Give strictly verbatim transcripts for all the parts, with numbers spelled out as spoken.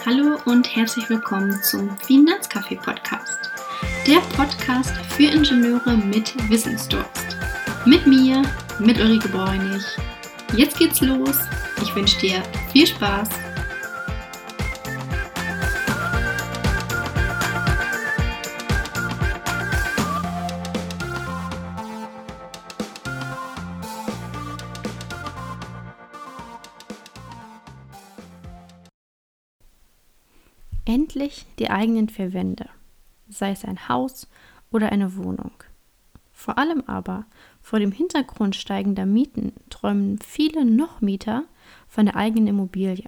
Hallo und herzlich willkommen zum Finanzcafé-Podcast. Der Podcast für Ingenieure mit Wissensdurst. Mit mir, mit Ulrike Bräunig. Jetzt geht's los. Ich wünsche dir viel Spaß. Endlich die eigenen vier Wände, sei es ein Haus oder eine Wohnung. Vor allem aber vor dem Hintergrund steigender Mieten träumen viele Noch-Mieter von der eigenen Immobilie.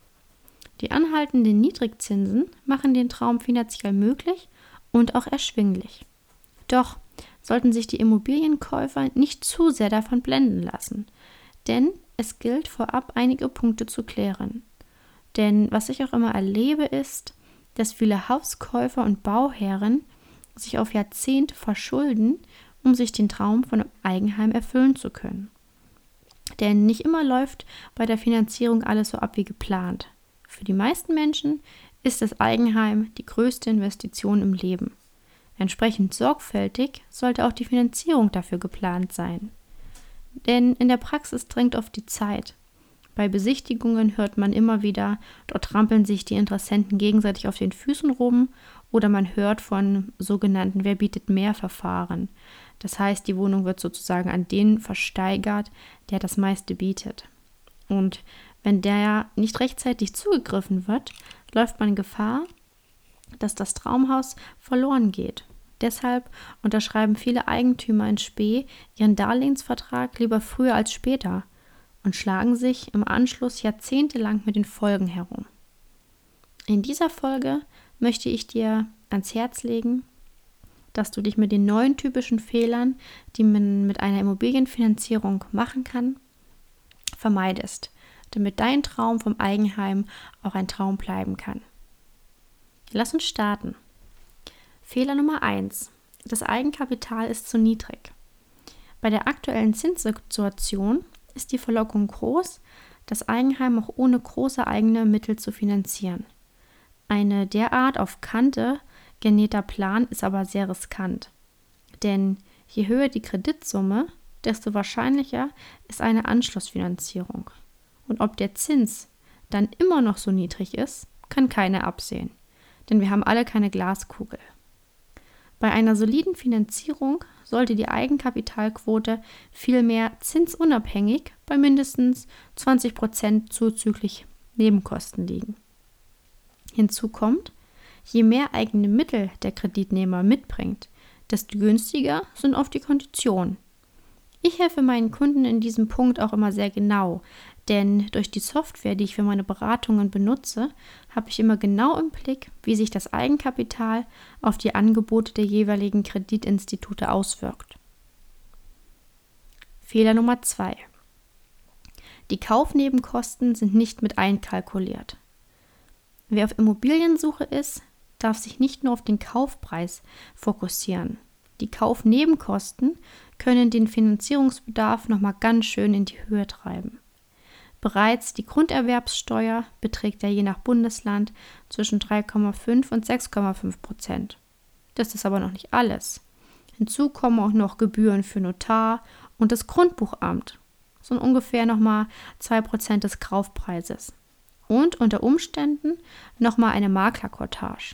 Die anhaltenden Niedrigzinsen machen den Traum finanziell möglich und auch erschwinglich. Doch sollten sich die Immobilienkäufer nicht zu sehr davon blenden lassen, denn es gilt vorab einige Punkte zu klären. Denn was ich auch immer erlebe, ist, dass viele Hauskäufer und Bauherren sich auf Jahrzehnte verschulden, um sich den Traum von einem Eigenheim erfüllen zu können. Denn nicht immer läuft bei der Finanzierung alles so ab wie geplant. Für die meisten Menschen ist das Eigenheim die größte Investition im Leben. Entsprechend sorgfältig sollte auch die Finanzierung dafür geplant sein. Denn in der Praxis drängt oft die Zeit. Bei Besichtigungen hört man immer wieder, dort trampeln sich die Interessenten gegenseitig auf den Füßen rum oder man hört von sogenannten Wer bietet mehr Verfahren. Das heißt, die Wohnung wird sozusagen an den versteigert, der das meiste bietet. Und wenn der nicht rechtzeitig zugegriffen wird, läuft man Gefahr, dass das Traumhaus verloren geht. Deshalb unterschreiben viele Eigentümer in Spe ihren Darlehensvertrag lieber früher als später und schlagen sich im Anschluss jahrzehntelang mit den Folgen herum. In dieser Folge möchte ich dir ans Herz legen, dass du dich mit den neun typischen Fehlern, die man mit einer Immobilienfinanzierung machen kann, vermeidest, damit dein Traum vom Eigenheim auch ein Traum bleiben kann. Lass uns starten. Fehler Nummer eins. Das Eigenkapital ist zu niedrig. Bei der aktuellen Zinssituation ist die Verlockung groß, das Eigenheim auch ohne große eigene Mittel zu finanzieren. Eine derart auf Kante genähter Plan ist aber sehr riskant. Denn je höher die Kreditsumme, desto wahrscheinlicher ist eine Anschlussfinanzierung. Und ob der Zins dann immer noch so niedrig ist, kann keiner absehen. Denn wir haben alle keine Glaskugel. Bei einer soliden Finanzierung sollte die Eigenkapitalquote vielmehr zinsunabhängig bei mindestens zwanzig Prozent zuzüglich Nebenkosten liegen. Hinzu kommt, je mehr eigene Mittel der Kreditnehmer mitbringt, desto günstiger sind oft die Konditionen. Ich helfe meinen Kunden in diesem Punkt auch immer sehr genau, denn durch die Software, die ich für meine Beratungen benutze, habe ich immer genau im Blick, wie sich das Eigenkapital auf die Angebote der jeweiligen Kreditinstitute auswirkt. Fehler Nummer zwei. Die Kaufnebenkosten sind nicht mit einkalkuliert. Wer auf Immobiliensuche ist, darf sich nicht nur auf den Kaufpreis fokussieren. Die Kaufnebenkosten können den Finanzierungsbedarf nochmal ganz schön in die Höhe treiben. Bereits die Grunderwerbssteuer beträgt ja je nach Bundesland zwischen drei Komma fünf und sechs Komma fünf Prozent. Das ist aber noch nicht alles. Hinzu kommen auch noch Gebühren für Notar und das Grundbuchamt. So ungefähr nochmal zwei Prozent des Kaufpreises. Und unter Umständen nochmal eine Maklerkortage.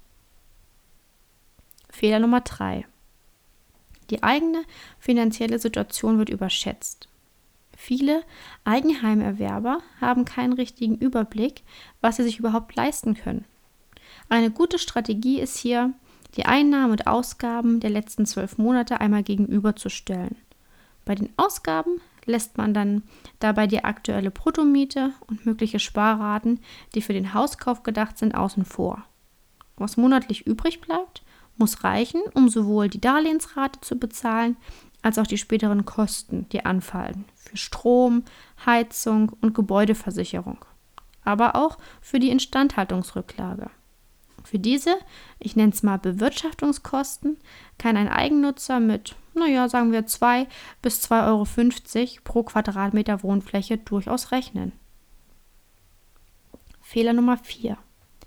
Fehler Nummer drei. Die eigene finanzielle Situation wird überschätzt. Viele Eigenheimerwerber haben keinen richtigen Überblick, was sie sich überhaupt leisten können. Eine gute Strategie ist hier, die Einnahmen und Ausgaben der letzten zwölf Monate einmal gegenüberzustellen. Bei den Ausgaben lässt man dann dabei die aktuelle Bruttomiete und mögliche Sparraten, die für den Hauskauf gedacht sind, außen vor. Was monatlich übrig bleibt, muss reichen, um sowohl die Darlehensrate zu bezahlen, als auch die späteren Kosten, die anfallen, für Strom, Heizung und Gebäudeversicherung, aber auch für die Instandhaltungsrücklage. Für diese, ich nenne es mal Bewirtschaftungskosten, kann ein Eigennutzer mit, naja, sagen wir zwei bis zwei Euro fünfzig pro Quadratmeter Wohnfläche durchaus rechnen. Fehler Nummer vier.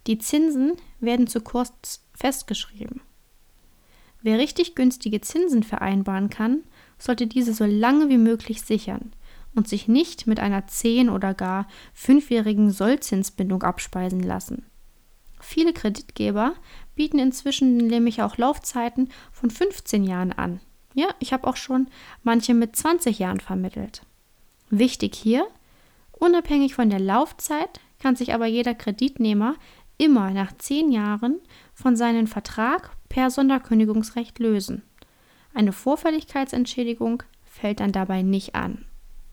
Die Zinsen werden zu kurz festgeschrieben. Wer richtig günstige Zinsen vereinbaren kann, sollte diese so lange wie möglich sichern und sich nicht mit einer zehn- oder gar fünfjährigen Sollzinsbindung abspeisen lassen. Viele Kreditgeber bieten inzwischen nämlich auch Laufzeiten von fünfzehn Jahren an. Ja, ich habe auch schon manche mit zwanzig Jahren vermittelt. Wichtig hier, unabhängig von der Laufzeit kann sich aber jeder Kreditnehmer immer nach zehn Jahren von seinem Vertrag per Sonderkündigungsrecht lösen. Eine Vorfälligkeitsentschädigung fällt dann dabei nicht an.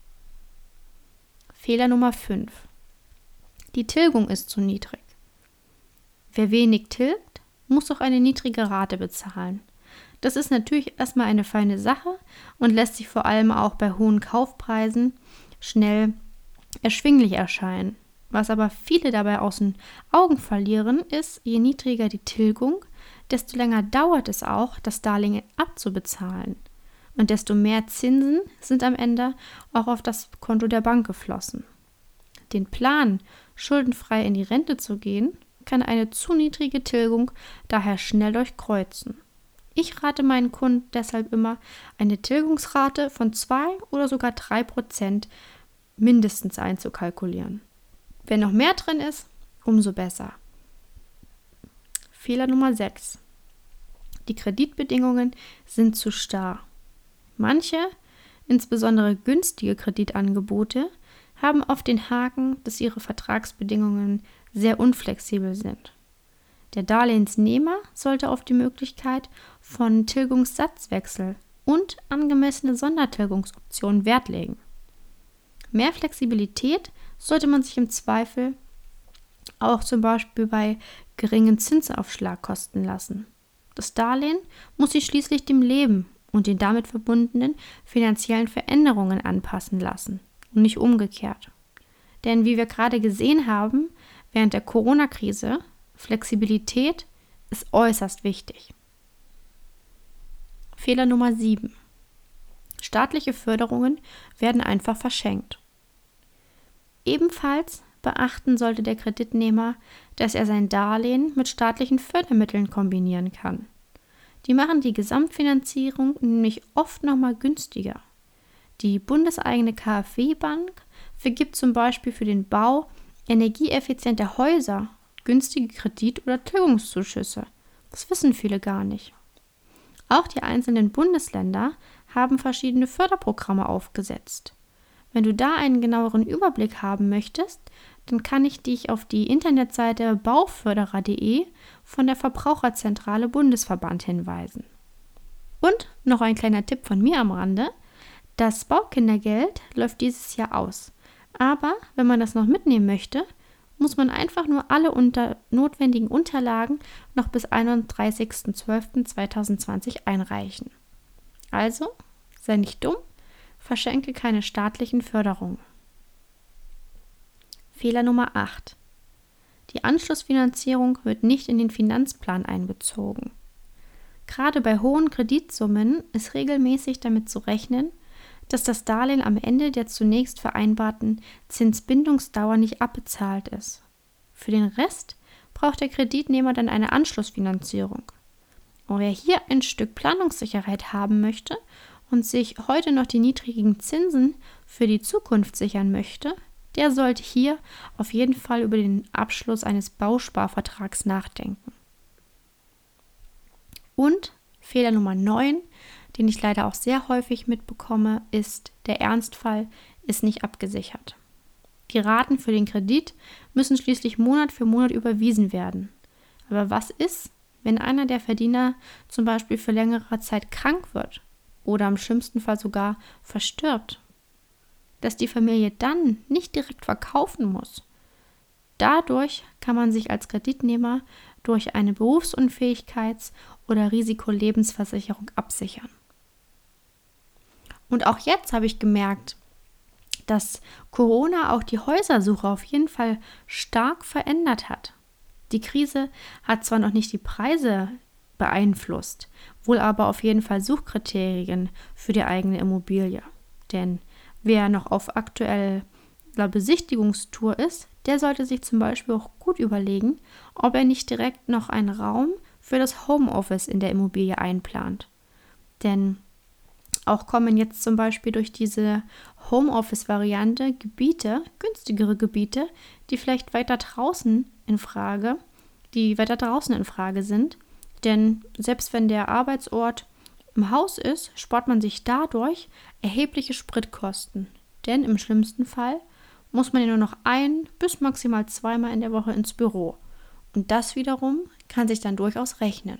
Fehler Nummer fünf. Die Tilgung ist zu niedrig. Wer wenig tilgt, muss auch eine niedrige Rate bezahlen. Das ist natürlich erstmal eine feine Sache und lässt sich vor allem auch bei hohen Kaufpreisen schnell erschwinglich erscheinen. Was aber viele dabei aus den Augen verlieren, ist, je niedriger die Tilgung, desto länger dauert es auch, das Darlehen abzubezahlen. Und desto mehr Zinsen sind am Ende auch auf das Konto der Bank geflossen. Den Plan, schuldenfrei in die Rente zu gehen, kann eine zu niedrige Tilgung daher schnell durchkreuzen. Ich rate meinen Kunden deshalb immer, eine Tilgungsrate von zwei oder sogar drei Prozent mindestens einzukalkulieren. Wenn noch mehr drin ist, umso besser. Fehler Nummer sechs. Die Kreditbedingungen sind zu starr. Manche, insbesondere günstige Kreditangebote, haben oft den Haken, dass ihre Vertragsbedingungen sehr unflexibel sind. Der Darlehensnehmer sollte auf die Möglichkeit von Tilgungssatzwechsel und angemessene Sondertilgungsoptionen Wert legen. Mehr Flexibilität sollte man sich im Zweifel auch zum Beispiel bei geringen Zinsaufschlag kosten lassen. Das Darlehen muss sich schließlich dem Leben und den damit verbundenen finanziellen Veränderungen anpassen lassen und nicht umgekehrt. Denn wie wir gerade gesehen haben, während der Corona-Krise, Flexibilität ist äußerst wichtig. Fehler Nummer sieben. Staatliche Förderungen werden einfach verschenkt. Ebenfalls beachten sollte der Kreditnehmer, dass er sein Darlehen mit staatlichen Fördermitteln kombinieren kann. Die machen die Gesamtfinanzierung nämlich oft nochmal günstiger. Die bundeseigene KfW-Bank vergibt zum Beispiel für den Bau energieeffizienter Häuser günstige Kredit- oder Tilgungszuschüsse. Das wissen viele gar nicht. Auch die einzelnen Bundesländer haben verschiedene Förderprogramme aufgesetzt. Wenn du da einen genaueren Überblick haben möchtest, dann kann ich dich auf die Internetseite bauförderer punkt de von der Verbraucherzentrale Bundesverband hinweisen. Und noch ein kleiner Tipp von mir am Rande: Das Baukindergeld läuft dieses Jahr aus. Aber wenn man das noch mitnehmen möchte, muss man einfach nur alle unter notwendigen Unterlagen noch bis einunddreißigsten zwölften zweitausendzwanzig einreichen. Also, sei nicht dumm, verschenke keine staatlichen Förderungen. Fehler Nummer acht. Die Anschlussfinanzierung wird nicht in den Finanzplan einbezogen. Gerade bei hohen Kreditsummen ist regelmäßig damit zu rechnen, dass das Darlehen am Ende der zunächst vereinbarten Zinsbindungsdauer nicht abbezahlt ist. Für den Rest braucht der Kreditnehmer dann eine Anschlussfinanzierung. Und wer hier ein Stück Planungssicherheit haben möchte und sich heute noch die niedrigen Zinsen für die Zukunft sichern möchte, der sollte hier auf jeden Fall über den Abschluss eines Bausparvertrags nachdenken. Und Fehler Nummer neun, den ich leider auch sehr häufig mitbekomme, ist, der Ernstfall ist nicht abgesichert. Die Raten für den Kredit müssen schließlich Monat für Monat überwiesen werden. Aber was ist, wenn einer der Verdiener zum Beispiel für längere Zeit krank wird oder im schlimmsten Fall sogar verstirbt? Dass die Familie dann nicht direkt verkaufen muss. Dadurch kann man sich als Kreditnehmer durch eine Berufsunfähigkeits- oder Risikolebensversicherung absichern. Und auch jetzt habe ich gemerkt, dass Corona auch die Häusersuche auf jeden Fall stark verändert hat. Die Krise hat zwar noch nicht die Preise beeinflusst, wohl aber auf jeden Fall Suchkriterien für die eigene Immobilie. Denn wer noch auf aktueller Besichtigungstour ist, der sollte sich zum Beispiel auch gut überlegen, ob er nicht direkt noch einen Raum für das Homeoffice in der Immobilie einplant. Denn auch kommen jetzt zum Beispiel durch diese Homeoffice-Variante Gebiete, günstigere Gebiete, die vielleicht weiter draußen in Frage, die weiter draußen in Frage sind. Denn selbst wenn der Arbeitsort im Haus ist, spart man sich dadurch erhebliche Spritkosten. Denn im schlimmsten Fall muss man ja nur noch ein bis maximal zweimal in der Woche ins Büro. Und das wiederum kann sich dann durchaus rechnen.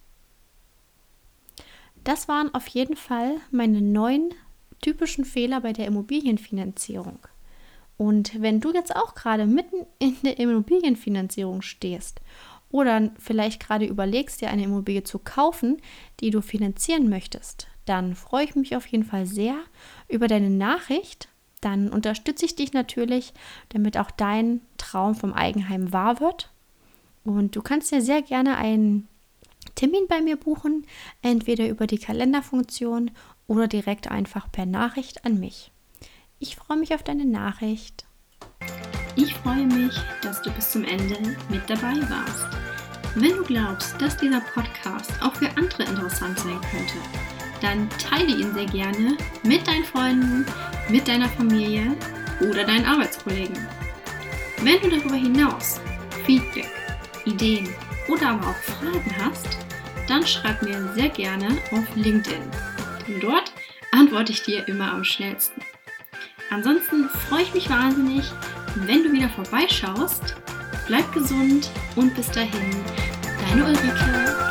Das waren auf jeden Fall meine neun typischen Fehler bei der Immobilienfinanzierung. Und wenn du jetzt auch gerade mitten in der Immobilienfinanzierung stehst oder vielleicht gerade überlegst, dir eine Immobilie zu kaufen, die du finanzieren möchtest, dann freue ich mich auf jeden Fall sehr über deine Nachricht. Dann unterstütze ich dich natürlich, damit auch dein Traum vom Eigenheim wahr wird. Und du kannst ja sehr gerne einen Termin bei mir buchen, entweder über die Kalenderfunktion oder direkt einfach per Nachricht an mich. Ich freue mich auf deine Nachricht. Ich freue mich, dass du bis zum Ende mit dabei warst. Wenn du glaubst, dass dieser Podcast auch für andere interessant sein könnte, dann teile ihn sehr gerne mit deinen Freunden, mit deiner Familie oder deinen Arbeitskollegen. Wenn du darüber hinaus Feedback, Ideen oder aber auch Fragen hast, dann schreib mir sehr gerne auf LinkedIn, denn dort antworte ich dir immer am schnellsten. Ansonsten freue ich mich wahnsinnig, wenn du wieder vorbeischaust. Bleib gesund und bis dahin, deine Ulrike.